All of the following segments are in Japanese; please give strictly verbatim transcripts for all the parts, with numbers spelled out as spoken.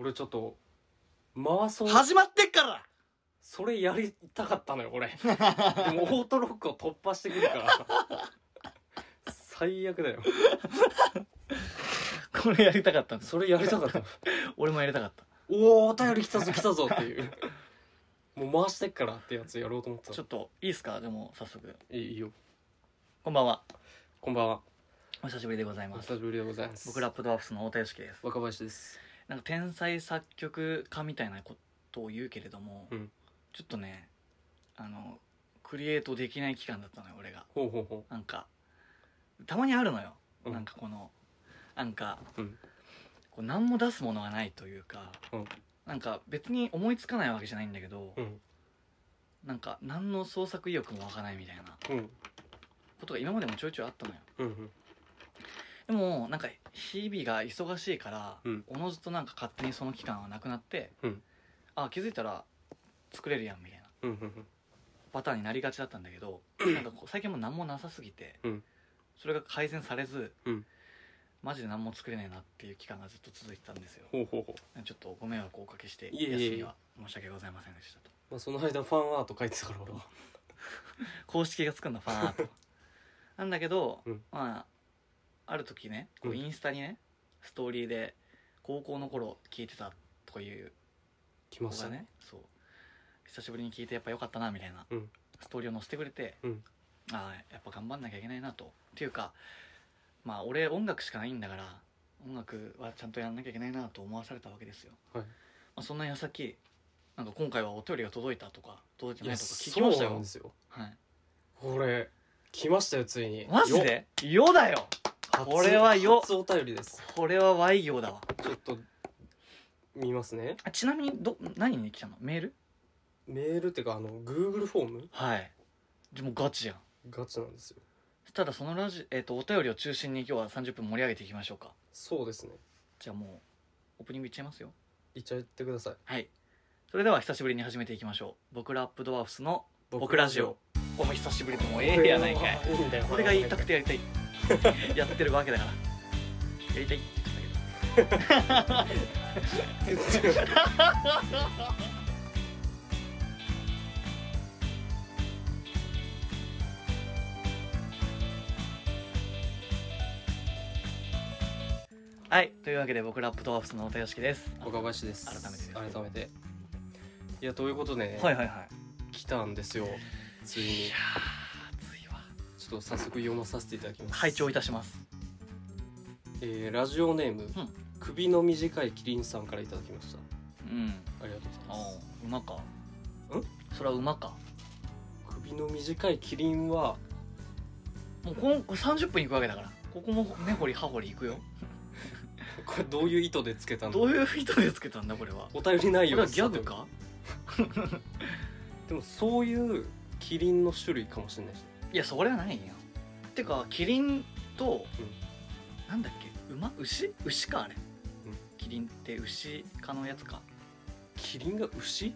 俺ちょっと回そう始まってっからそれやりたかったのよ俺でもオートロックを突破してくるから最悪だよ。 これやりたかったんだ。 それやりたかった俺もやりたかった。 おーお便り来たぞ来たぞっていうもう回してっからってやつやろうと思ってた。 ちょっといいっすか？でも早速いいよ。 こんばんは。 こんばんは。 お久しぶりでございおます。 久しぶりでございます。 僕ラップドワーフスの太田よしきです。 若林です。 なんか天才作曲家みたいなことを言うけれども、 うん、 ちょっとねあのクリエイトできない期間だったのよ俺が。 ほうほうほなんかたまにあるのよ、 うん、 なんかこのなんか、 うん、 こう何も出すものがないというか、 うん、 なんか別に思いつかないわけじゃないんだけど、 うん、 なんか何の創作意欲も湧かないみたいなうん、 ことが今までもちょいちょいあったのよ。 うん、うん、 でもなんか日々が忙しいから、 うん、 おのずとなんか勝手にその期間はなくなって、 うん、 あ気づいたら作れるやんみたいなうん、うん、 パターンになりがちだったんだけどなんかこう最近も何もなさすぎて、 うん、 それが改善されず、 うん、 マジで何も作れないなっていう期間がずっと続いてたんですよ。 ほうほうほう。 ちょっとご迷惑をおかけしていえいえいえ休みは申し訳ございませんでしたと。 まあ、その間ファンアート書いてたから俺は公式が作るのファンアートなんだけど、 うん、 まあある時ねこうインスタにね、ストーリーで高校の頃聞いてたとかいう来ましたね。 そう久しぶりに聞いてやっぱ良かったなみたいな、 うん、 ストーリーを載せてくれて、 うん、 ああやっぱ頑張んなきゃいけないなと。っていうかまあ俺音楽しかないんだから音楽はちゃんとやんなきゃいけないなと思わされたわけですよ。 はい。 まあ、そんな矢先なんか今回はお便りが届いたとか届いてないとか聞きましたよ。 そうなんですよ。 はい。 これ来ましたよついに。 マジで？よだよ。これはよ。 初お便りです。 これは Y 行だわ。 ちょっと見ますね。 あちなみにど何に来たの？メール？ メールってかあの Google フォーム？ はい。でもガチじゃん。 ガチなんですよ。 ただそのラジえっ、ー、とお便りを中心に今日はさんじゅっぷん盛り上げていきましょうか。 そうですね。 じゃあもうオープニングいっちゃいますよ。 いっちゃってください。 はい。それでは久しぶりに始めていきましょう。僕ラップドワーフスの僕ラジオ。これも久しぶりでもうええやないかい。これが言いたくてやりたいやってるわけだからやりたいって言ってたけどはい、というわけで僕ラップドワーフスの太田よしきです。 若林です。 改めてです改めていやということでね、 はいはいはい、 来たんですよついに。 いやーついわ。 ちょっと早速読まさせていただきます。 拝聴いたします。 えー、ラジオネーム、うん、首の短いキリンさんからいただきました。 うん、 ありがとうございます。 あ馬かんそれは馬か。 首の短いキリンはもうこんさんじゅっぷんいくわけだからここも根掘り葉掘りいくよこれどういう意図でつけたんだ？ どういう意図でつけたんだこれは。 お便り内容これはギャグかでもそういうキリンの種類かもしれないし。 いやそれはないよ。てかキリンと、うん、なんだっけ馬牛牛かあれ、うん、キリンって牛科のやつか。 キリンが牛？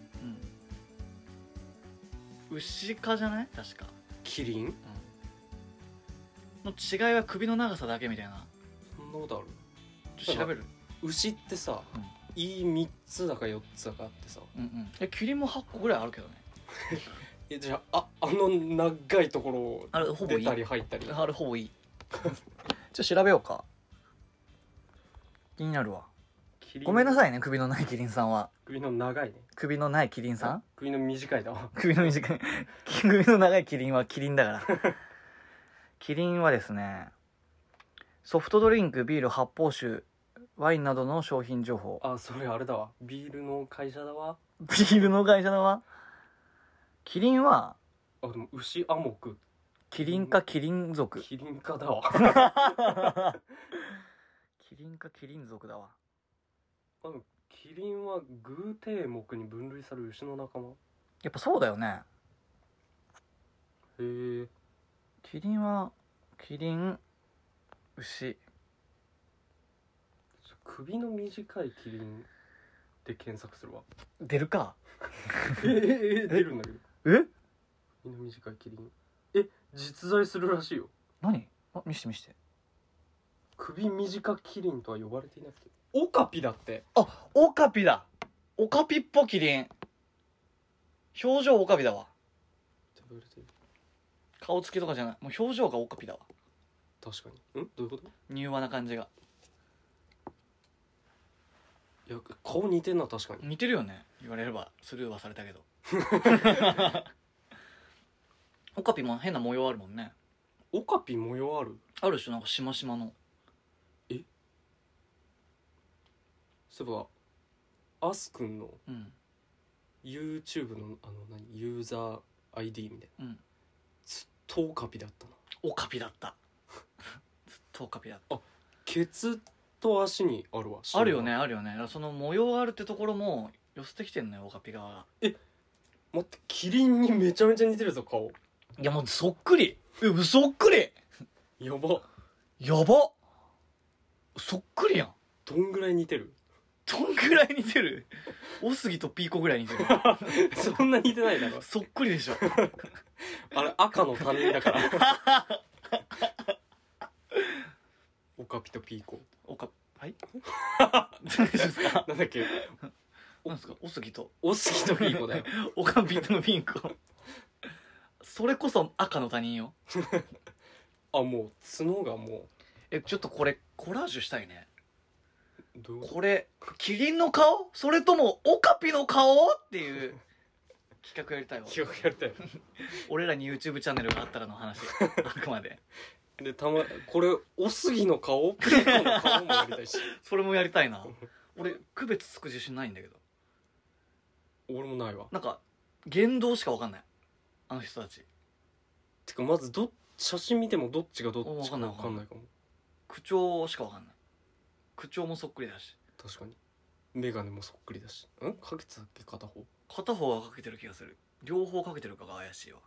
うん牛科じゃない確か。 キリン、うん、 の違いは首の長さだけみたいな。 そんなことある？ ちょっと調べる。 牛ってさ、うん、いいみっつだかよっつだかあってさ、 うんうん、えキリンもはっこぐらいあるけどねえじゃあああの長いところをあれほぼいい出たり入ったりあれほぼいいちょっと調べようか。気になるわ。ごめんなさいね首のないキリンさんは。 首の長いね。 首のないキリンさん？ 首の短いだわ。 首の短い首の長いキリンはキリンだからキリンはですねソフトドリンクビール発泡酒ワインなどの商品情報。 あそれあれだわビールの会社だわ。 ビールの会社だわ。キリンはあでも牛アモクキリンかキリン族。 キリンかだわキリンかキリン族だわ。 あのキリンは偶蹄目に分類される牛の仲間。 やっぱそうだよね。 へえ。 キリンはキリン牛。 首の短いキリンで検索するわ。 出るかえー、出るんだけど。 え首の短いキリンえ実在するらしいよ。 何あ見して見して。 首短キリンとは呼ばれていなくてオカピだって。 あ、オカピだ。オカピっぽキリン。表情オカピだわ。顔つきとかじゃない、もう表情がオカピだわ。 確かに。んどういうこと？ 柔和な感じが。 いや顔似てんな。確かに似てるよね、言われればスルーはされたけどオカピも変な模様あるもんね。 オカピ模様ある？ あるでしょ、なんかしましまの。 え、そういえばアスくんのうん YouTube のあの何ユーザー アイディー みたいな、 うん、 ずっとオカピだったな。 オカピだったずっとオカピだった。 ケツと足にあるわ。 あるよね、あるよね。その模様があるってところも寄せてきてんのよ、オカピ側が。 え、待って、キリンにめちゃめちゃ似てるぞ顔。 いやもうそっくり。え、そっくり。 やば。 やば。そっくりやん。 どんぐらい似てる？ どんぐらい似てる？おすぎとピーコぐらい似てるそんな似てないだろ。 そっくりでしょあれ赤の他人だからオカピとピーコ。 オカはい何ですか？ なんだっけ？ 何ですか？おすぎとおすぎとピーコだよオカピとピーコそれこそ赤の他人よあ、もう角がもう。 え、ちょっとこれコラージュしたいね。 どういうこと？ これキリンの顔、それともオカピの顔っていう企画やりたいわ。 企画やりたい俺らに YouTube チャンネルがあったらの話あくまでで、たまこれおすぎの顔、ピーコの顔もやりたいしそれもやりたいな。俺区別つく自信ないんだけど。 俺もないわ。 なんか言動しか分かんない、あの人たち。 てかまずど写真見てもどっちがどっちか分分かんないかんないかも。 口調しか分かんない。口調もそっくりだし、 確かにメガネもそっくりだし。んかけてたっけ片方。 片方はかけてる気がする。両方かけてるかが怪しいわ。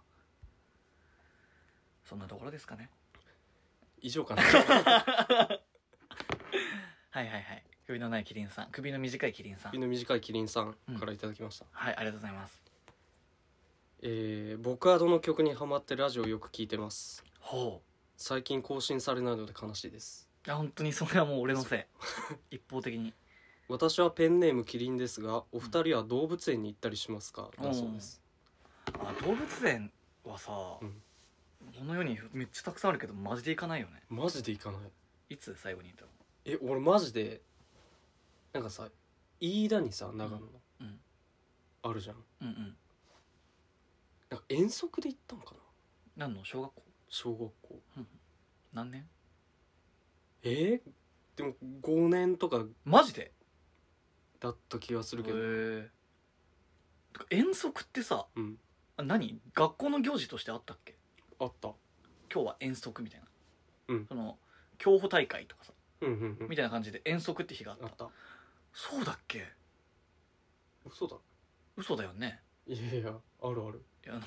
そんなところですかね。 以上かなはいはいはい。首のないキリンさん、首の短いキリンさん、 首の短いキリンさんからいただきました、 はい、ありがとうございます。 えー、僕アドの曲にハマってラジオよく聞いてます。 ほ最近更新されないので悲しいです。 う。いや本当にそれはもう俺のせい一方的に。 私はペンネームキリンですが、お二人は動物園に行ったりしますか？だそうです。 あ、動物園はさ、 うん、 この世にめっちゃたくさんあるけどマジで行かないよね。 マジで行かない。 いつ最後に行ったの？ え、俺マジでなんかさ、飯田にさ、長野の、 うん、 あるじゃん。 うんうんなんか遠足で行ったのかな。 何の小学校？ 小学校。 何年？ えー、でもごねんとかマジでだった気がするけど。 へえ。遠足ってさ、 うん、 あ、何学校の行事としてあったっけ？ あった。 今日は遠足みたいな、 うん、 その競歩大会とかさ、 うんうんうん、 みたいな感じで遠足って日があった。 あった。 そうだっけ？ 嘘だ。 嘘だよね。 いやいや、あるある。 いや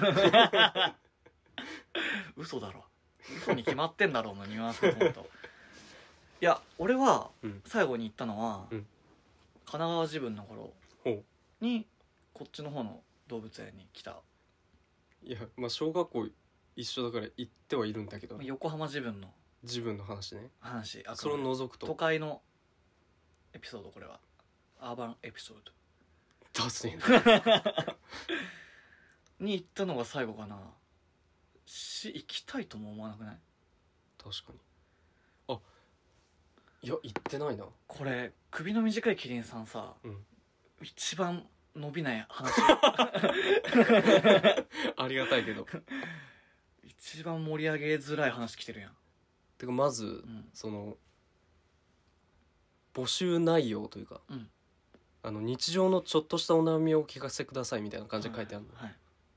嘘だろ、嘘に決まってんだろうのニュアンスだと思うといや俺は最後に行ったのは、うん、神奈川自分の頃にこっちの方の動物園に来た。 いや、まあ小学校一緒だから行ってはいるんだけど、 横浜自分の自分の話ね。 話、 それを除くと都会のエピソード。これはアーバンエピソード出すねに行ったのが最後かな。し行きたいとも思わなくない？ 確かに。あ、いや行ってないな。 これ首の短いキリンさんさ、うん、一番伸びない話ありがたいけど一番盛り上げづらい話来てるやん。 てかまず、うん、その募集内容というか、うん、あの日常のちょっとしたお悩みをお聞かせくださいみたいな感じで書いてあるの、はいはい、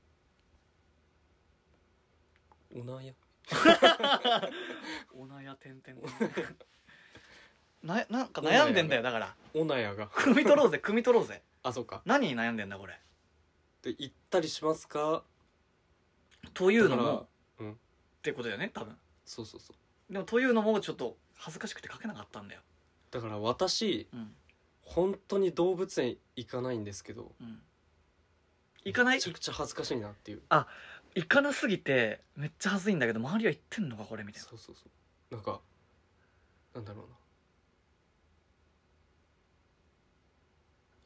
おなやおなやてんてんな、なんか悩んでんだよ。だからおなやが汲み取ろうぜ汲み取ろうぜあ、そうか。 何に悩んでんだこれで、行ったりしますかというのも、うん、ってことだよね多分。 そうそうそう。 でもというのもちょっと恥ずかしくて書けなかったんだよ。 だから私、うん、本当に動物園行かないんですけど、うん、 行かない。 めちゃくちゃ恥ずかしいなっていう。 あ、行かなすぎてめっちゃ恥ずいんだけど周りは行ってんのかこれみたいな。 そうそうそう。なんかなんだろう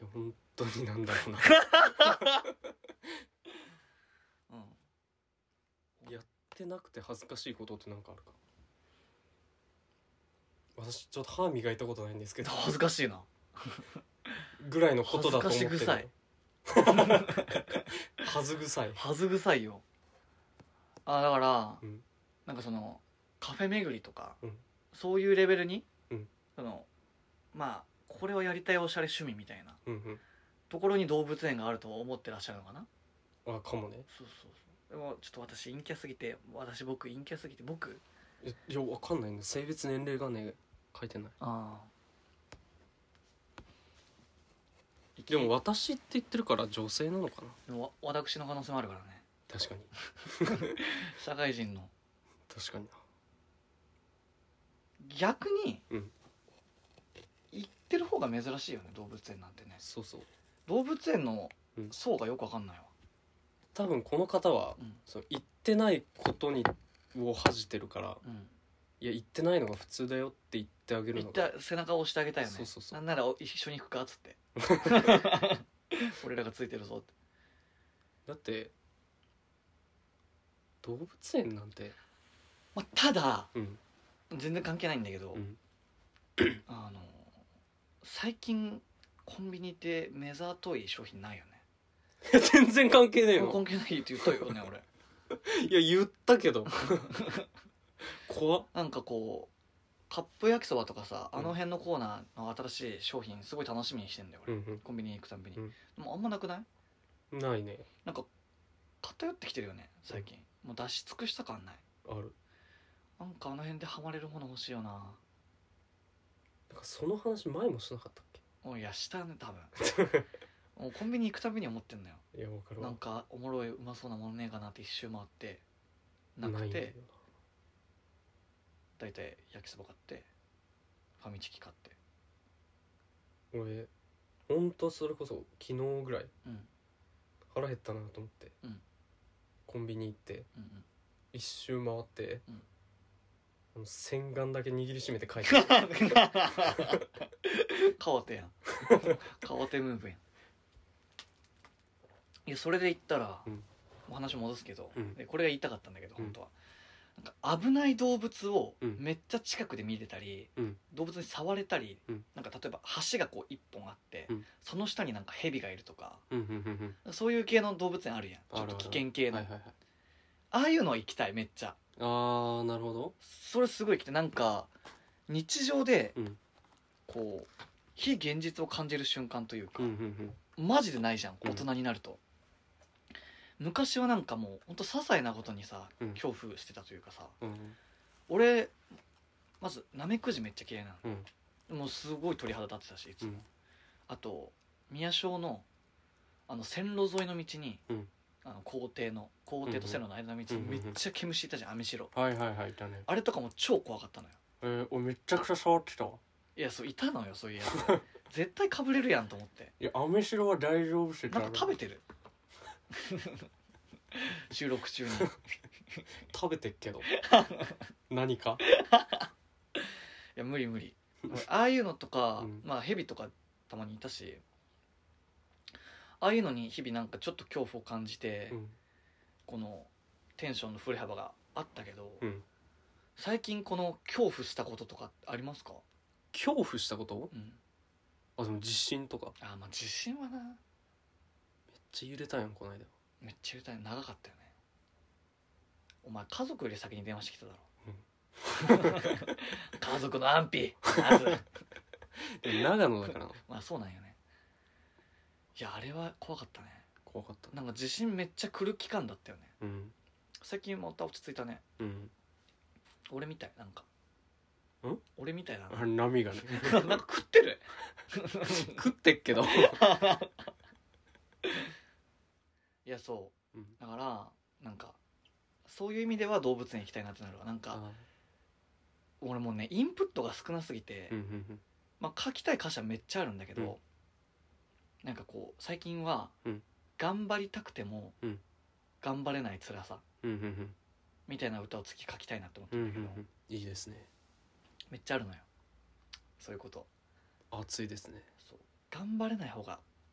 本当になんだろうなうんやってなくて恥ずかしいことって何かあるか。私ちょっと歯磨いたことないんですけど恥ずかしいなぐらいのことだと思ってる。 恥ずかし恥ず臭い。 恥ず臭いよ。あだから、 うん、 なんかそのカフェ巡りとか、 うん、 そういうレベルに、 うん、 そのまあこれをやりたいおしゃれ趣味みたいなうんうん、 ところに動物園があると思ってらっしゃるのかな。 あかもね。 そうそうそう。でもちょっと私陰キャすぎて私僕陰キャすぎて僕いやわかんないね。性別年齢がね書いてない。 ああでも私って言ってるから女性なのかな。 でもわ私の可能性もあるからね。 確かに社会人の確かにな。 逆に、 うん、 行ってる方が珍しいよね動物園なんてね。 そうそう。 動物園のうん層がよくわかんないわ。 多分この方は、 うんそう言ってないことにを恥じてるから、 うんいや言ってないのが普通だよって言ってあげる行っのが。 た背中を押してあげたいよね。 そうそうそうなんならお一緒に行くかっつって俺らがついてるぞって。 だって動物園なんて、 まあ、ただうん全然関係ないんだけど、 うんあの最近コンビニで目ざとい商品ないよね。 全然関係ねえよ。 関係ないって言ったよね俺いや言ったけど怖っ。 なんかこうカップ焼きそばとかさ、あの辺のコーナーの新しい商品すごい楽しみにしてんだよ俺、 うんうんコンビニに行くたんびに、 うんでもあんまなくない？ ないね。 なんか偏ってきてるよね最近、もう出し尽くした感ない。 ある。 なんかあの辺でハマれるもの欲しいよな。 なんかその話前もしなかったっけ。 おいやしたね多分もうコンビニ行くたびに思ってんのよ。 いやわかるわ。 なんかおもろいうまそうなものねえかなって一周回ってなくないんだよて、だいたい焼きそば買ってファミチキ買って、 な。俺ほんとそれこそ昨日ぐらいうん腹減ったなと思って、 うんコンビニ行ってうん一周回って、 うんあの洗顔だけ握りしめて帰ってきた川手やん川手ムーブやん。いやそれで言ったら、 うんお話戻すけど、 うんでこれが言いたかったんだけど、 うん本当はなんか危ない動物をうんめっちゃ近くで見れたり、 うん動物に触れたり、 うんなんか例えば橋がこう一本あって、 うんその下になんか蛇がいるとか、 うんうんうんそういう系の動物園あるやん。ちょっと危険系の、 はいはいはい。 ああいうの行きたいめっちゃ。 あーなるほど。 それすごい来て、なんか日常でうんこう非現実を感じる瞬間というか、 うんうんうんマジでないじゃんうん大人になると、昔はなんかもうほんと些細なことにさ、 うん恐怖してたというかさ、 うん俺まずナメクジめっちゃ嫌いなうんの、もうすごい鳥肌立ってたしいつも、 うんあと宮小のあの線路沿いの道に、 うんあの校庭の校庭と線路の間の道にめっちゃ毛虫いたじゃん、網白。 はいはいはいいたね。 あれとかも超怖かったのよ。 えー、俺めっちゃくちゃ触ってたわ。 いやそういたのよそういうやつ絶対かぶれるやんと思って。 いやアメシロは大丈夫してた。 なんか食べてる収録中に食べてっけど何かいや無理無理ああいうのとか、 うんまあヘビとかたまにいたし、ああいうのに日々なんかちょっと恐怖を感じて、 うんこのテンションの振れ幅があったけど、 うん最近この恐怖したこととかありますか？ 恐怖したこと？ うんあでも地震とかめっあーまあ地震はなちゃ揺れたやんこの間。 めっちゃ言うたい長かったよね。お前家族より先に電話してきただろ、家族の安否まずでも長野だからな。 まあそうなんよね。いやあれは怖かったね。 怖かった。 なんか地震めっちゃ来る期間だったよね。 うん最近また落ち着いたね。 うん俺みたいなんかん俺みたいだあれ波がねななんか食ってる食ってっけどいやそうんうだからなんかそういう意味では動物園行きたいなってなるわ。なんかあ俺もうねインプットが少なすぎて、 うんうんまあ書きたい箇所はめっちゃあるんだけど、 うんなんかこう最近は、 うん頑張りたくても、 うん頑張れない辛さうんうんうんみたいな歌を次書きたいなって思ってうんうんるんだけど、 うんいいですね。 めっちゃあるのよそういうこと。 熱いですね。 そう頑張れない方が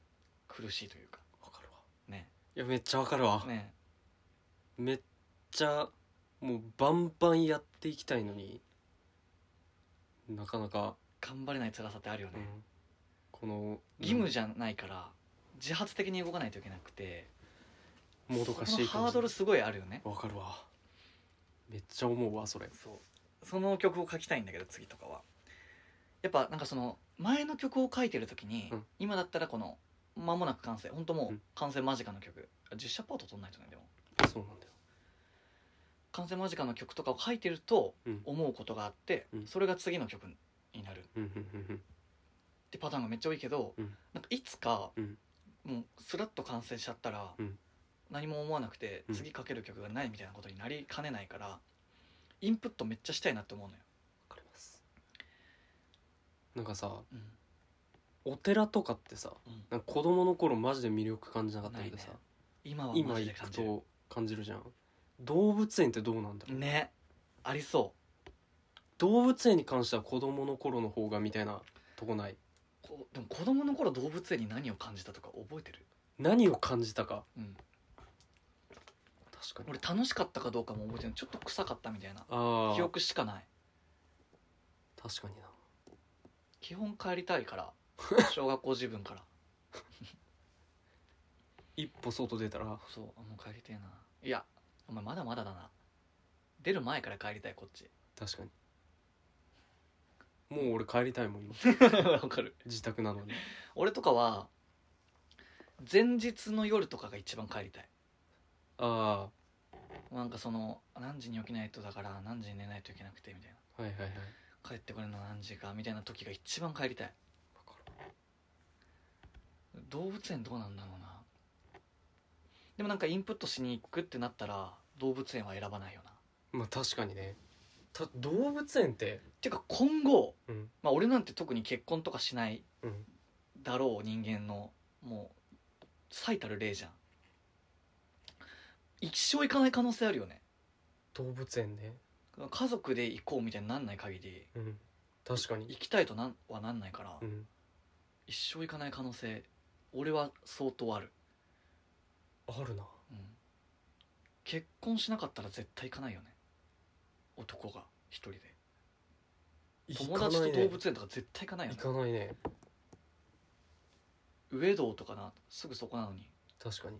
苦しいというかわかるわ。 ねいやめっちゃわかるわ、 ねめっちゃもうバンバンやっていきたいのになかなか、 頑張れない辛さってあるよね、 うん、この義務じゃないから自発的に動かないといけなくてもどかしい感じ。 そのハードルすごいあるよね。 わかるわ、めっちゃ思うわそれ。 そうその曲を書きたいんだけど次とかはやっぱなんかその前の曲を書いてる時に、 うん、 今だったらこの間もなく完成本当もううん完成間近の曲、実写パート取んないとねでもそうなんだよ。 完成間近の曲とかを書いてるとうん思うことがあって、 うんそれが次の曲になるっうんうんうんてパターンがめっちゃ多いけど、 うんなんかいつか、 うんもうスラッと完成しちゃったら、 うん何も思わなくてうん次書ける曲がないみたいなことになりかねないから、インプットめっちゃしたいなって思うのよ。 わかります。なんかさ、 うんお寺とかってさ、 うんなんか子供の頃マジで魅力感じなかったけどさ、 ないね今はマ今行くジで感じると感じるじゃん。動物園ってどうなんだろう、 ねありそ動物園に関しては子供の頃の方がみたいなとこない？ うこでも子供の頃動物園に何を感じたとか覚えてる？ 何を感じたか。 うん確かに。 俺楽しかったかどうかも覚えてない。ちょっと臭かったみたいなああ記憶しかない。 確かにな。 基本帰りたいから小学校自分から一歩外出たらそうもう帰りたいな。いやお前まだまだだな。出る前から帰りたいこっち。 確かにもう俺帰りたいもん今わかる。 自宅なのに。 俺とかは前日の夜とかが一番帰りたい。 あなんかその何時に起きないとだから何時に寝ないといけなくてみたいあはいはいはい。 な、帰ってくるの何時かみたいな時が一番帰りたい。 わかる。 動物園どうなんだろうな。でもなんかインプットしに行くってなったら動物園は選ばないよな。 まあ確かにね。た動物園っててか今後、 うんまあ俺なんて特に結婚とかしないうんだろう人間のもう最たる例じゃん。一生行かない可能性あるよね。 動物園ね。 家族で行こうみたいになんない限りうん確かに。 行きたいとなんはなんないから、 うん一生行かない可能性俺は相当ある、 あるな。 うん、結婚しなかったら絶対行かないよね男が一人で。友達と動物園とか絶対行かないよね。 行かないね。 上道とかなすぐそこなのに。 確かに。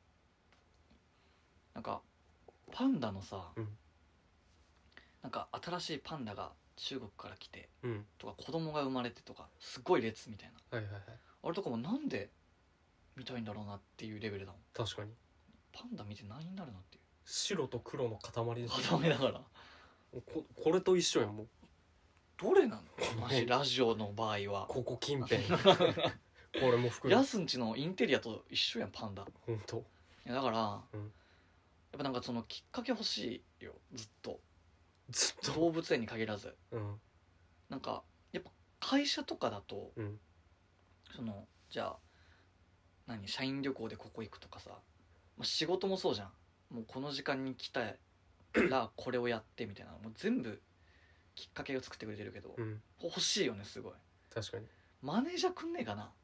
なんかパンダのさ、 うんなんか新しいパンダが中国から来てうんとか子供が生まれてとかすごい列みたいな、 はいはいはい。 あれとかもなんで見たいんだろうなっていうレベルだもん。 確かに。 パンダ見て何になるのっていう白と黒の塊でしょ。 塊だからここれと一緒やんもう。 どれなのマジラジオの場合はここ近辺これも含めヤスんちのインテリアと一緒やんパンダ。い本当。 やだから、 うんやっぱなんかそのきっかけ欲しいよずっと。 ずっと。 動物園に限らずうんなんかやっぱ会社とかだとうんそのじゃあ何社員旅行でここ行くとかさ、まあ、仕事もそうじゃん。もうこの時間に来たらこれをやってみたいなもう全部きっかけを作ってくれてるけど、 うん欲しいよねすごい。 確かに。 マネージャーくんねえかな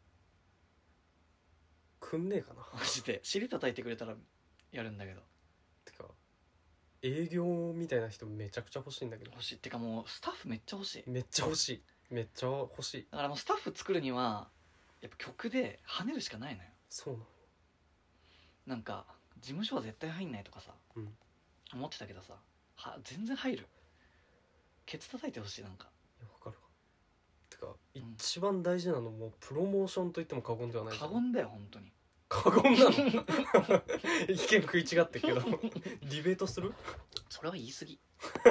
くんねえかな。 マジで尻叩いてくれたらやるんだけど。 てか営業みたいな人めちゃくちゃ欲しいんだけど。 欲しいってかもうスタッフめっちゃ欲しい。 めっちゃ欲しい。めっちゃ欲しい。 だからもうスタッフ作るにはやっぱ曲で跳ねるしかないのよ。 そうなの。 なんか事務所は絶対入んないとかさ、 うん思ってたけどさは全然入る。ケツ叩いてほしいなんか。 いやわかるわ。てか、 うん一番大事なのもプロモーションと言っても過言ではないじゃん。 過言だよ本当に。 過言なの意見食い違ってっけどディベートする。 それは言い過ぎい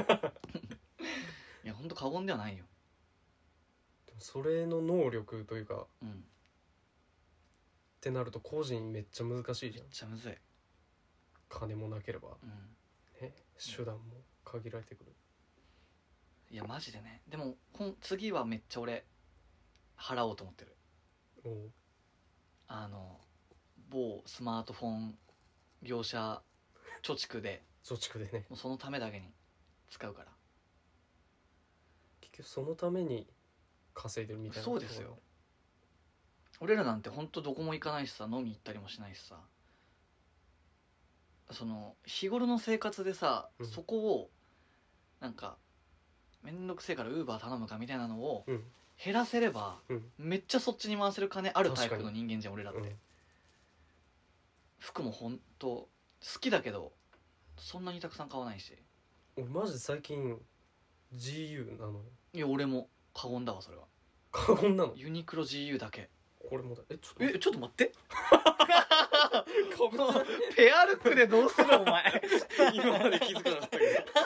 や本当過言ではないよ。 でもそれの能力というかっうんてなると個人めっちゃ難しいじゃん。 めっちゃむずい。 金もなければうんね、手段も限られてくる。 いやマジでね。でもこん次はめっちゃ俺払おうと思ってる。 おうあの某スマートフォン業者貯蓄で貯蓄でね。 もうそのためだけに使うから。 結局そのために稼いでるみたいな。 そうですよ。 俺らなんてほんとどこも行かないしさ、飲み行ったりもしないしさ、その日頃の生活でさ、 うんそこをなんかめんどくせえからウーバー頼むかみたいなのをうん減らせれば、 うんめっちゃそっちに回せる金あるタイプ確かにの人間じゃん俺らって、 うん服もほんと好きだけどそんなにたくさん買わないし。 俺マジで最近 ジーユー なのよ。 いや俺も過言だわそれは。 過言なの。 ユニクロ ジーユー だけ。 これもだ。えちょっとえちょっと待ってここペアルックでどうするお前今まで気づかなかったけ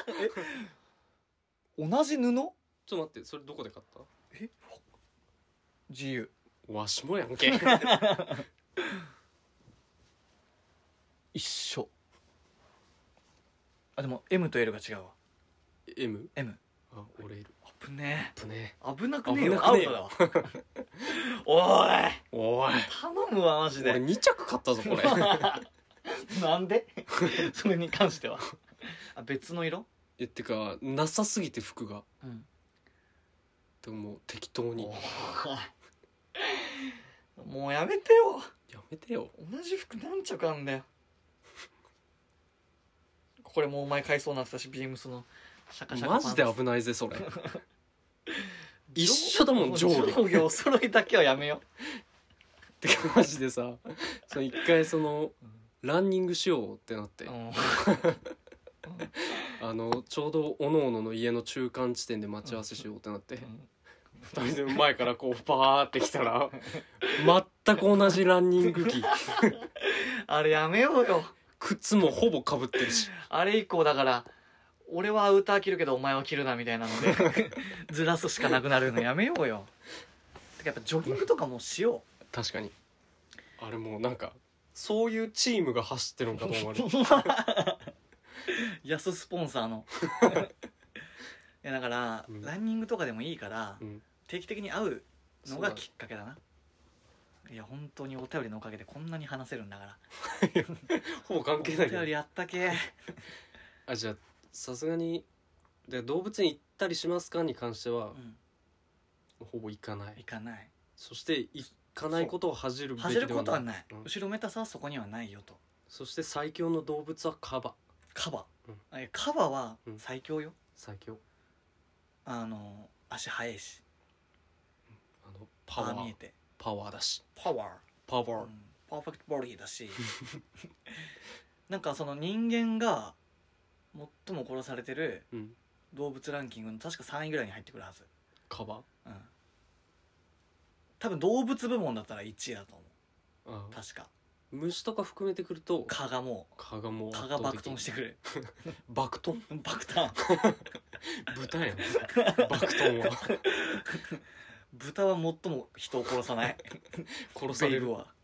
ど。 同じ布ちょっと待って、それどこで買った？ え ジーユーわしもやんけ。 一緒。あでも エム と エル が違うわ。 エム？ エム。 あ、俺いる。 危ね危ねえ危なくねえよ、 危なくねえよアウトだわおいえ。おい頼むわマジ俺で。 に着買ったぞこれ。 なんでそれに関してはあ別の色。 えってかなさすぎて服が。 うんでももう適当に。 おいもうやめてよ。 やめてよ。 同じ服何着あんだよ。これもうお前買いそうになってたし、ビームスのシャカシャカパンツ。 マジで危ないぜそれ。一緒だもん上下。 上下お揃いだけはやめよてかマジでさ、その一回そのランニングしようってなってう、うん、 あのちょうどおのおのの家の中間地点で待ち合わせしようってなって、二人で前からこうバーって来たら全く同じランニング着、 あれやめようよ。 靴もほぼ被ってるし。 あれ以降だから俺はアウター着るけどお前は着るなみたいなのでずらすしかなくなるのやめようよ。てかやっぱジョギングとかもしよ確かにあれもうなんかそういうチームが走ってるんかと思われる。 う安スポンサーのいやだから、 うんランニングとかでもいいから、 うん定期的に会うのがそうだねきっかけだな。いや本当にお便りのおかげでこんなに話せるんだから。 ほぼ関係ないけどお便りあったけ。 あ、じゃあさすがにで動物園行ったりしますかに関してはう、ん、 ほぼ行かない。 行かない。 そして行かないことを恥じるべき恥じることはない、 うん後ろめたさはそこにはないよと。 そして最強の動物はカバ。 カバ、 うんあいやカバはうん最強よ。 最強。 あの足速いしあのパワーあ見えてパワーだしパワー、 パワー、 うん、パーフェクトボディだしなんかその人間が最も殺されてるうん、 動物ランキングの確かさんいぐらいに入ってくるはず。 カバ。 うん多分動物部門だったらいちいだと思あう確か。 虫とか含めてくると蚊がも蚊がもうう蚊が爆トンしてくる爆トン爆弾豚やん爆トンは豚は最も人を殺さない殺されるベイブは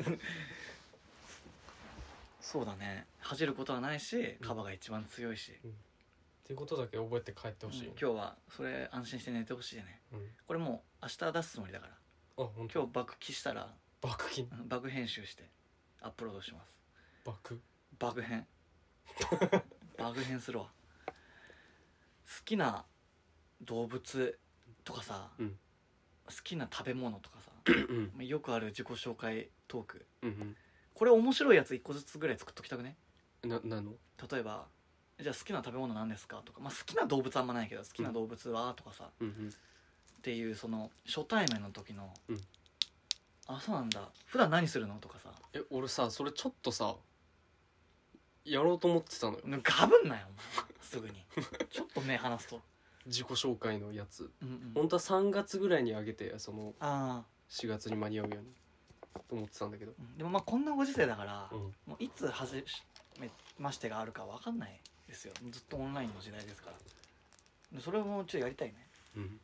そうだね。恥じることはないしカバが一番強いし、 っていうことだけ覚えて帰ってほしい、 うん今日はそれ安心して寝てほしいね。 うん、 これもう明日出すつもりだからあ本当。 今日爆記したら爆金うん爆編集してアップロードします。 爆爆編爆編するわ。好きな動物とかさ、 うん好きな食べ物とかさうんまあよくある自己紹介トーク、 うんこれ面白いやついっこずつぐらい作っときたくね。 うんななの例えばじゃあ好きな食べ物何ですかとか、まあ、好きな動物あんまないけど好きな動物はとかさ、 うんうんっていうその初対面の時の、 うんあそうなんだ普段何するのとかさ。 え俺さそれちょっとさやろうと思ってたのよ。 ガブんなよお前すぐにちょっと目離すと、 自己紹介のやつうんうん、 本当はさんがつぐらいにあげてそのあしがつに間に合うようにと思ってたんだけど、 あでもまあこんなご時世だから、 うん、 もういつはじめましてがあるか分かんないですよ。ずっとオンラインの時代ですからそれをもうちょいやりたいね。 うん、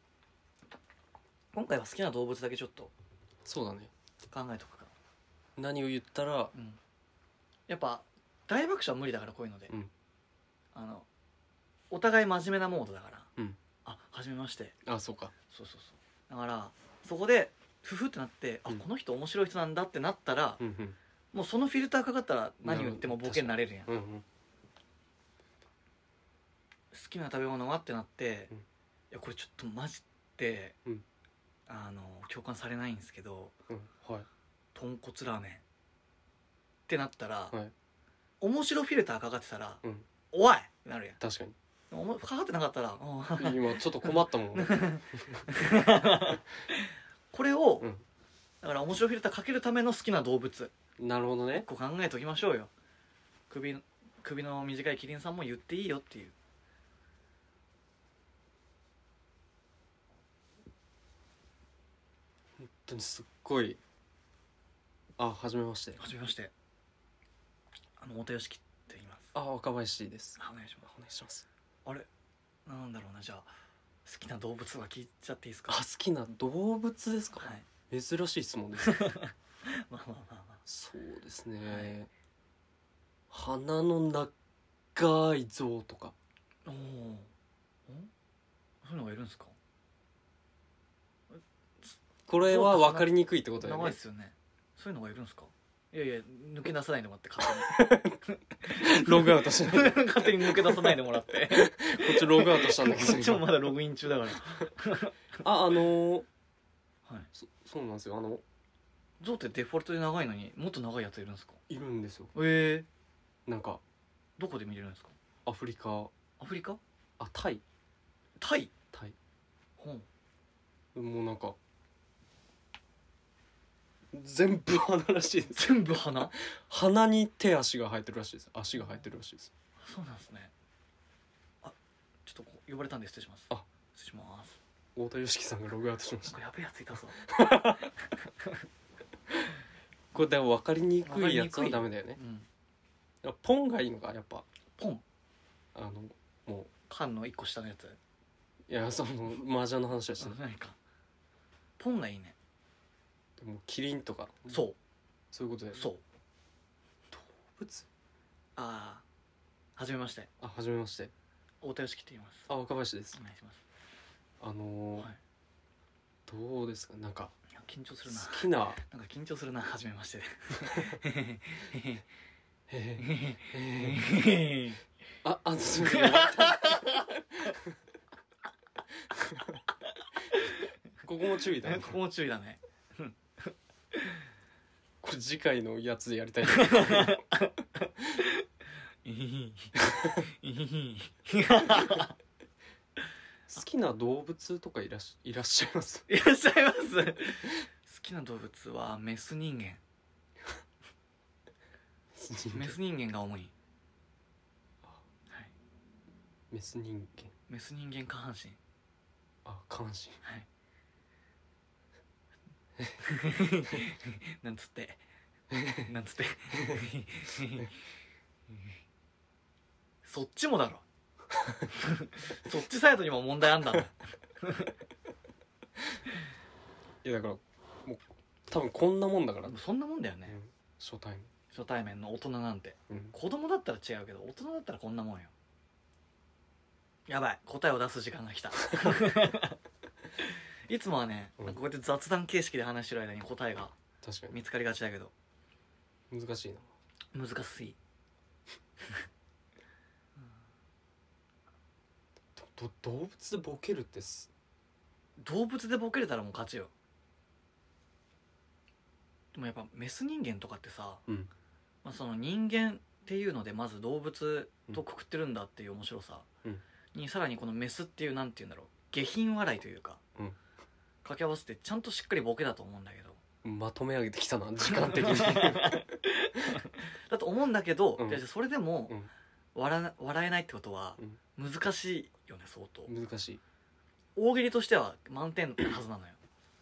今回は好きな動物だけちょっとそうだね。 考えとくか。 何を言ったらうんやっぱ大爆笑は無理だからこういうので、 うんあのお互い真面目なモードだから、 うんあ初めましてあそうかそうそうそうだからそこでフフってなってあ、 うんこの人面白い人なんだってなったら、 うんうんもうそのフィルターかかったら何を言ってもボケになれるやん。好うんうんきな食べ物はってなって、 うんいやこれちょっとマジで、 うんあの共感されないんですけど、 うんはい豚骨ラーメンってなったら、 はい面白フィルターかかってたら、 うんおいってなるやん。 確かにおもかかってなかったらおー今ちょっと困ったもんねこれを、 うんだから面白フィルターかけるための好きな動物なるほどねこう考えておきましょうよ。首首の短いキリンさんも言っていいよっていう。 本当にすっごいあはじめましてはじめまして、あの太田よしきって言います。 あ若林ですあお願いします。 お願いしますあれなんだろうな、じゃあ好きな動物は聞いちゃっていいですか。 あ好きな動物ですか、 はい珍しい質問ですまあまあまあまあそうですね、 はい鼻の長い象とかおおそういうのがいるんですか。 これは分かりにくいってことだよね長いですよね。そういうのがいるんですか。いやいや抜け出さないでもらって勝手にログアウトしないでこ勝手に抜け出さないでもらってっちログアウトしたんだけどこっちもまだログイン中だからああのー、 はいそそうなんですよあの象ってデフォルトで長いのにもっと長いやついるんですか。 いるんですよええなんかどこで見れるんですか。 アフリカアフリカあタイタイタイほうもうなんか全部鼻らしいです全部鼻鼻に手足が生えてるらしいです足が生えてるらしいですそうなんですね。あちょっとこう呼ばれたんで失礼します。 あ失礼します太田よしきさんがログアウトしましたなんかやべえやついたぞこれでも分かりにくいやつはわかりにくいダメだよねうんポンがいいのかやっぱポンあのも缶の一個下のやつういやその麻雀の話はしてない何かポンがいいね。 でもキリンとかそうそういうことだよねそう動物ああはじめましてあはじめまして太田よしきって言います。 あ若林ですお願いします。 あのーはいどうですかなんかいや緊張するな好きななんか緊張するなはじめましてでへへへへああすみません終わったここも注意だねここも注意だね。 これ次回のやつでやりたい好きな動物とかいらっしいらっしゃいますいらっしゃいます。好きな動物はメス人間。メス人間が主に、はい、 メス人間メス人間下半身。 あ下半身はいなんつってなんつってそっちもだろそっちサイドにも問題あんだろ。 いやだからもう多分こんなもんだから、 そんなもんだよね、 うん、初対面初対面の大人なんて。 うん子供だったら違うけど大人だったらこんなもんよ。やばい答えを出す時間が来たいつもはね、 うんなんかこうやって雑談形式で話してる間に答えが確かに見つかりがちだけど難しいな難しい。 ど動物でボケるってす動物でボケれたらもう勝ちよ。でもやっぱメス人間とかってさ、 うんまあ、その人間っていうのでまず動物とくくってるんだっていう面白さ、 うんにさらにこのメスっていうなんていうんだろう下品笑いというか、 うん掛け合わせてちゃんとしっかりボケだと思うんだけどまとめ上げてきたな時間的にだと思うんだけど、 うんいやそれでもうん笑な笑えないってことはうん難しいよね相当。 難しい大喜利としては満点なはずなの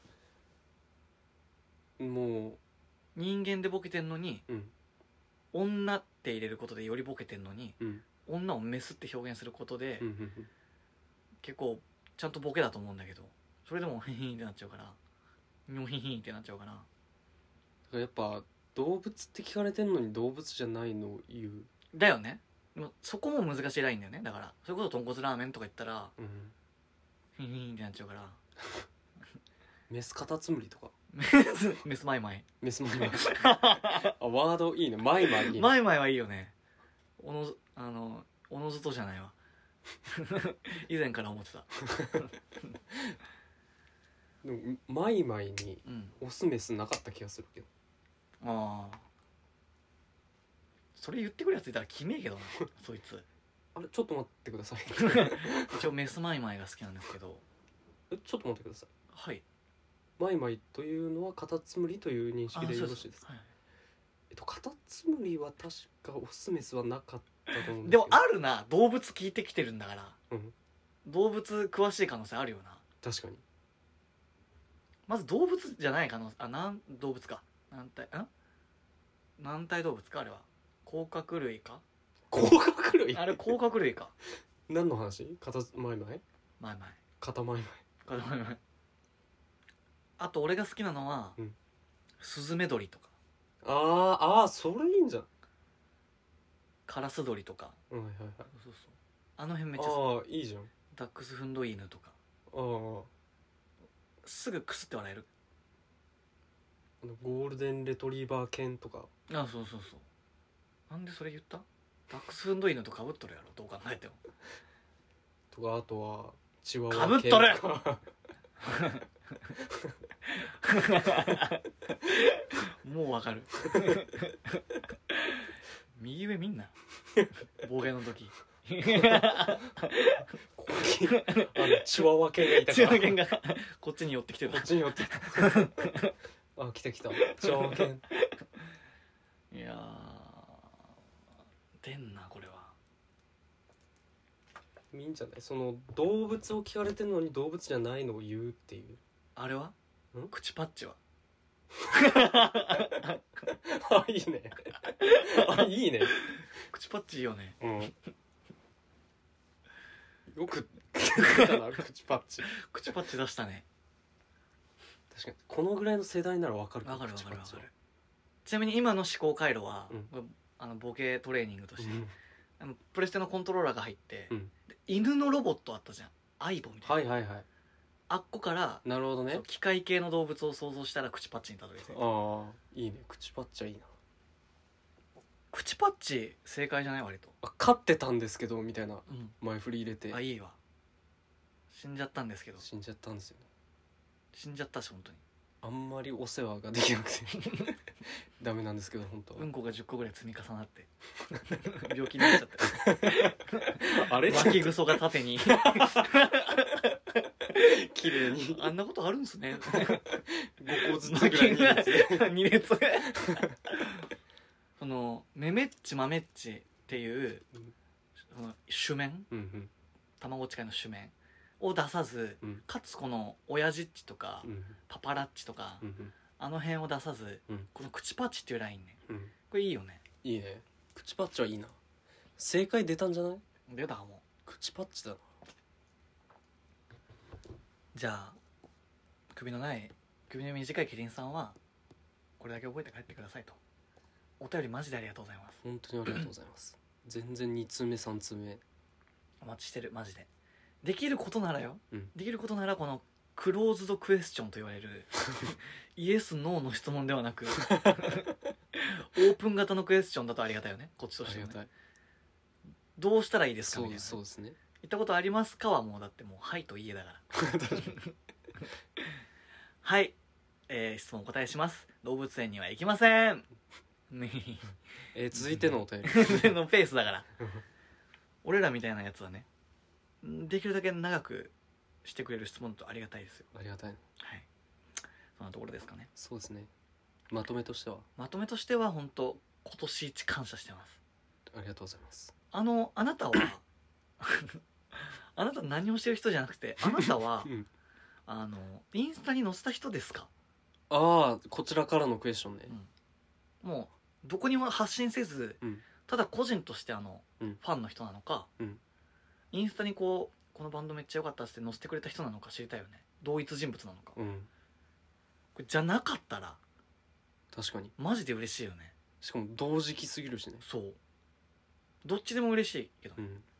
よ。 も人間でボケてんのにううん女って入れることでよりボケてんのにうん女をメスって表現することで、 うんうん結構ちゃんとボケだと思うんだけどそれでもヒヒンってなっちゃうからニョヒヒンってなっちゃうからだからやっぱ動物って聞かれてんのに動物じゃないのを言うだよね。でもそこも難しいラインだよね。だからそれこそ豚骨ラーメンとか言ったらうんヒヒンってなっちゃうからメスカタツムリとかメスメスマイマイメスマイマイあワードいいねマイマイいいねマイマイはいいよね。おのずあのおのずとじゃないわ以前から思ってたでもマイマイにうんオスメスなかった気がするけど。 ああそれ言ってくるやついたらキメえけどなそいつあれちょっと待ってください一応メスマイマイが好きなんですけどえちょっと待ってください。 はいマイマイというのはカタツムリという認識でよろしいですか？ はい、 えっとカタツムリは確かオスメスはなかったと思うんですけど。 でもあるな動物聞いてきてるんだからうん動物詳しい可能性あるよな確かに。 まず動物じゃない可能性あなん動物か軟体ん軟体動物かあれは甲殻類か甲殻類あれ甲殻類か何の話？カタマイマイマイマイカタマイマイこれマイマイあと俺が好きなのは、 うんスズメ鳥とかあーあーそれいいんじゃん。 カラス鳥とかはいはいはい。 そうそうあの辺めっちゃ好ああいいじゃん。 きダックスフンドイヌとかああすぐクスって笑えるあのゴールデンレトリーバー犬とか。 あそうそうそうなんでそれ言ったダックスフンドイヌとかぶっとるやろどう考えてもとかあとはチワワかぶっとる犬とかもうわかる右上みんな暴言の時あのチワワ犬がいたから千葉県がこっちに寄ってきてたこっちに寄ってあ来た来たチワワ犬。 いやー出んなこれはいいんじゃない？その動物を聞かれてるのに動物じゃないのを言うっていう。 あれはん口パッチはあいいねあいいね。 口パッチいいよねうんよく出たな口パッチ。 口パッチ出したね確かにこのぐらいの世代ならわかるわかるわ口パッチはかるわかるちなみに今の思考回路は、 うんこれあのボケトレーニングとして、 うんあのプレステのコントローラーが入って、 うんで犬のロボットあったじゃんアイボみたいな、 はいはいはいあっこからなるほどねそう。機械系の動物を想像したら口パッチにたどり着いたああいいね口パッチはいいな。 口パッチ正解じゃない割とあ飼ってたんですけどみたいなうん前振り入れてあいいわ死んじゃったんですけど死んじゃったんですよね。 死んじゃったし本当にあんまりお世話ができなくてダメなんですけど本当は。 うんこがじゅっこぐらい積み重なって病気になっちゃってあれ脇ぐそが縦に綺麗にあんなことあるんすねごこずつぐらいに列二列そのメメッチマメッチっていううんその種面うんうん卵近いの種面を出さず、 うんかつこの親父っちとか、 うんパパラッチとか、 うんあの辺を出さず、 うんこの口パッチっていうラインねうんこれいいよねいいね口パッチはいいな。正解出たんじゃない？ 出たかも口パッチだな。 じゃあ首のない首の短いキリンさんはこれだけ覚えて帰ってくださいと。お便りマジでありがとうございます。 本当にありがとうございます全然に通目さん通目お待ちしてるマジで。できることならよ、 うんできることならこのクローズドクエスチョンと言われるイエスノーの質問ではなくオープン型のクエスチョンだとありがたいよねこっちとしては、ね、 ありがたい。 どうしたらいいですかそうみたいなそうですね言ったことありますかはもうだってもうはいといえだからはい、えー質問お答えします。動物園には行きませんねえー続いてのお便りえのペースだから俺らみたいなやつはねできるだけ長くしてくれる質問とありがたいですよ。 ありがたい。 はいそんなところですかね。 そうですねまとめとしてはまとめとしては本当今年一感謝してます。 ありがとうございます。 あのあなたはあなた何もしてる人じゃなくてあなたはうんあのインスタに載せた人ですか？ ああこちらからのクエスチョンねもうどこにも発信せず、 うんただ個人としてあの、 うんファンの人なのか、 うんインスタにこうこのバンドめっちゃ良かったっつって載せてくれた人なのか知りたいよね。同一人物なのか、 うんこれじゃなかったら確かにマジで嬉しいよね。 しかも同時期すぎるしねそうどっちでも嬉しいけど、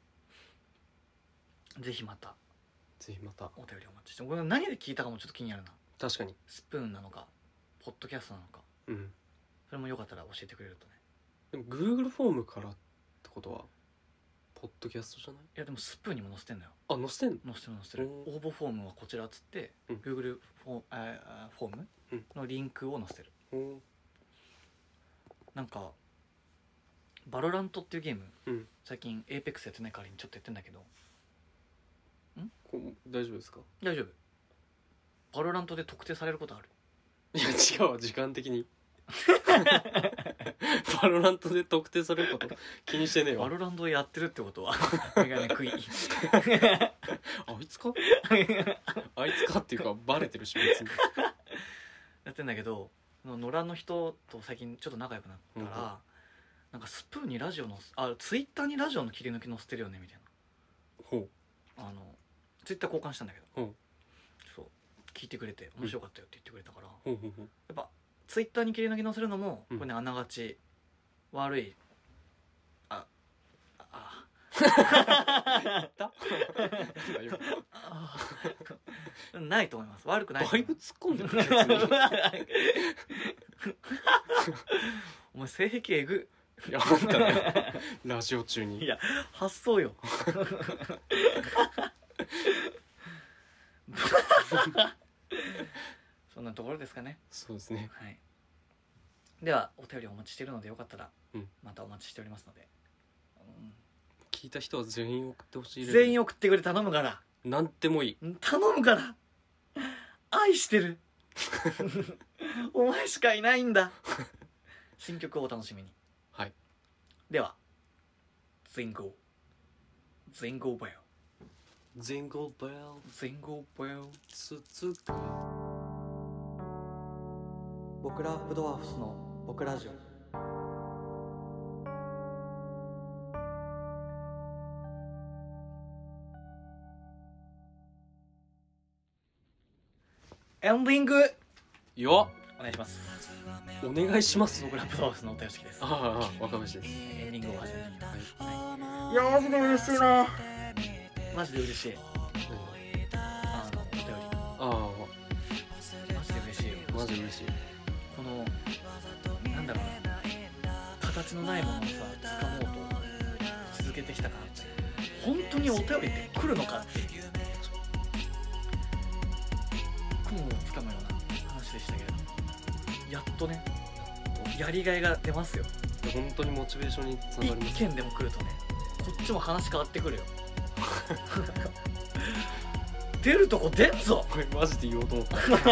うんぜひまたぜひまたお便りお待ちして。これ何で聞いたかもちょっと気になるな。 確かにスプーンなのかポッドキャストなのかうんそれもよかったら教えてくれるとね。 でも Google フォームからってことはポッドキャストじゃない？ いやでもスプーンにも載せてんのよ。 あ、載せてんの？ 載せてる載せてる。 うん応募フォームはこちらっつって、 うん Google フォー、あーフォームうんのリンクを載せてる。 うんなんかバロラントっていうゲーム、 うん最近 Apex やってない代わりにちょっとやってんだけど。 こ大丈夫ですか？ 大丈夫。バロラントで特定されることある？ いや違うわ、時間的にバロラントで特定されること気にしてねえわ。 バロラントでやってるってことはメガネ食いあいつかあいつかっていうかバレてるし別に。 やってんだけど、野良の人と最近ちょっと仲良くなったら、 うんなんかスプーンにラジオのあツイッターにラジオの切り抜き載せてるよねみたいほうな、あのツイッター交換したんだけど、 ほうそう聞いてくれて面白かったよって言ってくれたから、 ほうほうほう。 やっぱツイッターに切り抜き載せるのも、 うんこれねあながち悪いああだあないと思います。悪くない。 だいぶ突っ込んでる別に。 お前性癖えぐ。 いやあんたねラジオ中に。 いや発想よ。そんなところですかね。 そうですね。 はい。ではお便りお待ちしているのでよかったら、 うんまたお待ちしておりますので、うん聞いた人は全員送ってほしい。 全員送ってくれ頼むから。 なんでもいい。 頼むから愛してるお前しかいないんだ。新曲をお楽しみに。 はい。 ではゼンゴーゼンゴーベルジングルベルゼンゴーベル続く。 僕らアップドワーフスの僕ラジオ。エンディングよお願いします。 っお願いします。 僕らアップドワーフスのお便りです。 ああああ若林です。 エンディングを始めて、 はい。 いやマジで嬉しいな。マジで嬉しい。あのお便りあマジで嬉しいよ。 あマジ嬉しい。 このなんだろうな、形のないものをさ掴もうと続けてきたからって本当にお便りって来るのかっていう雲をつかむような話でしたけれど、やっとねやりがいが出ますよ。 本当にモチベーションにつながります。 一件でも来るとねこっちも話変わってくるよ。出るとこ出んぞ。 これマジで言おうと思った危な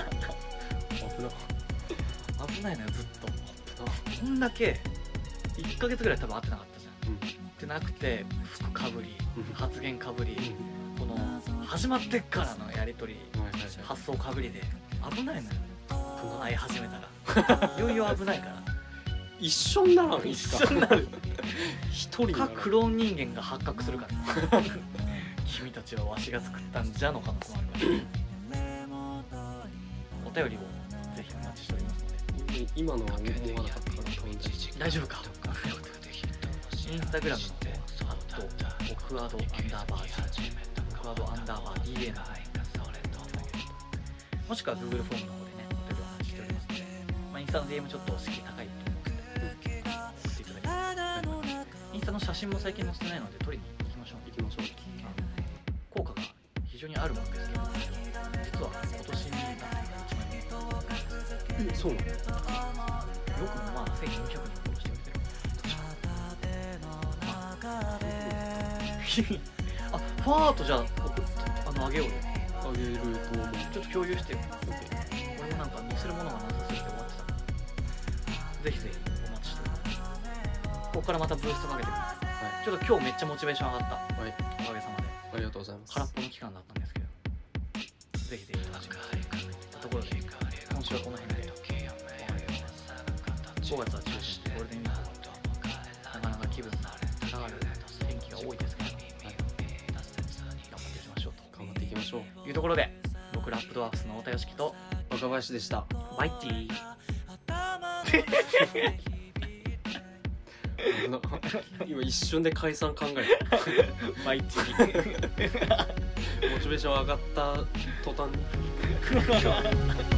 危ないのよずっと。こんだけいっかげつぐらい多分会ってなかったじゃん、 うんってなくて服かぶりうん発言かぶりうこの始まってっからのやり取りんはいはいはい。 発想かぶりで危ないのよ。会い始めたらいよいよ危ないから一緒にならん。 一緒になる一人になかる。 クローン人間が発覚するから君たちはわしが作ったんじゃの可能性もあるからお便りをぜひお待ちしておりますので。 今のは思わなかったから飛んで。 大丈夫か。インスタグラムのアットオクアドアンダーバー G オクアドアンダーバー ディーエー のもしくは Google フォームの方でねお便りをお待ちしておりますので、まあ、インスタの ディーエム ちょっと敷居高いと思うので送っていただければインスタの写真も最近載せてないので撮りに行きましょう。 行きましょう。 効果が非常にあるものですけど、実は今年になっていちまん人え、そうなの？ よくもまあせんよんひゃくにんフォローしてくれてる。あ、ファートじゃあ僕あのあげようよ。 あげると思う。 ちょっと共有してよ。俺もなんか載せるものがなさすぎて終わってたから。ぜひぜひお待ちしております。ここからまたブーストかけてくる。 はちょっと今日めっちゃモチベーション上がった。 い。はい。 おかげさまで。 ありがとうございます。 空っぽの期間だったんですけど。ぜひぜひ楽しみにしていたところで、今週はこの辺で。ごがつは中旬でゴールデンウィーク。なかなか気分が高まる天気が多いですけど、はい、頑張っていきましょうと。 頑張っていきましょう。 いうところで、僕ラップドワーフスの太田よしきと若林でした。 バイティー。 危な今一瞬で解散考えた。 バイティー。 モチベーション上がった途端に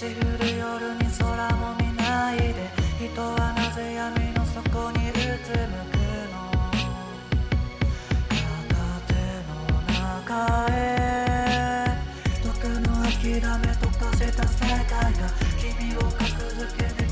し降る夜に空も見ないで、人はなぜ闇の底にうつむくの。やがての中へ毒の諦め溶かせた世界が君を格付けで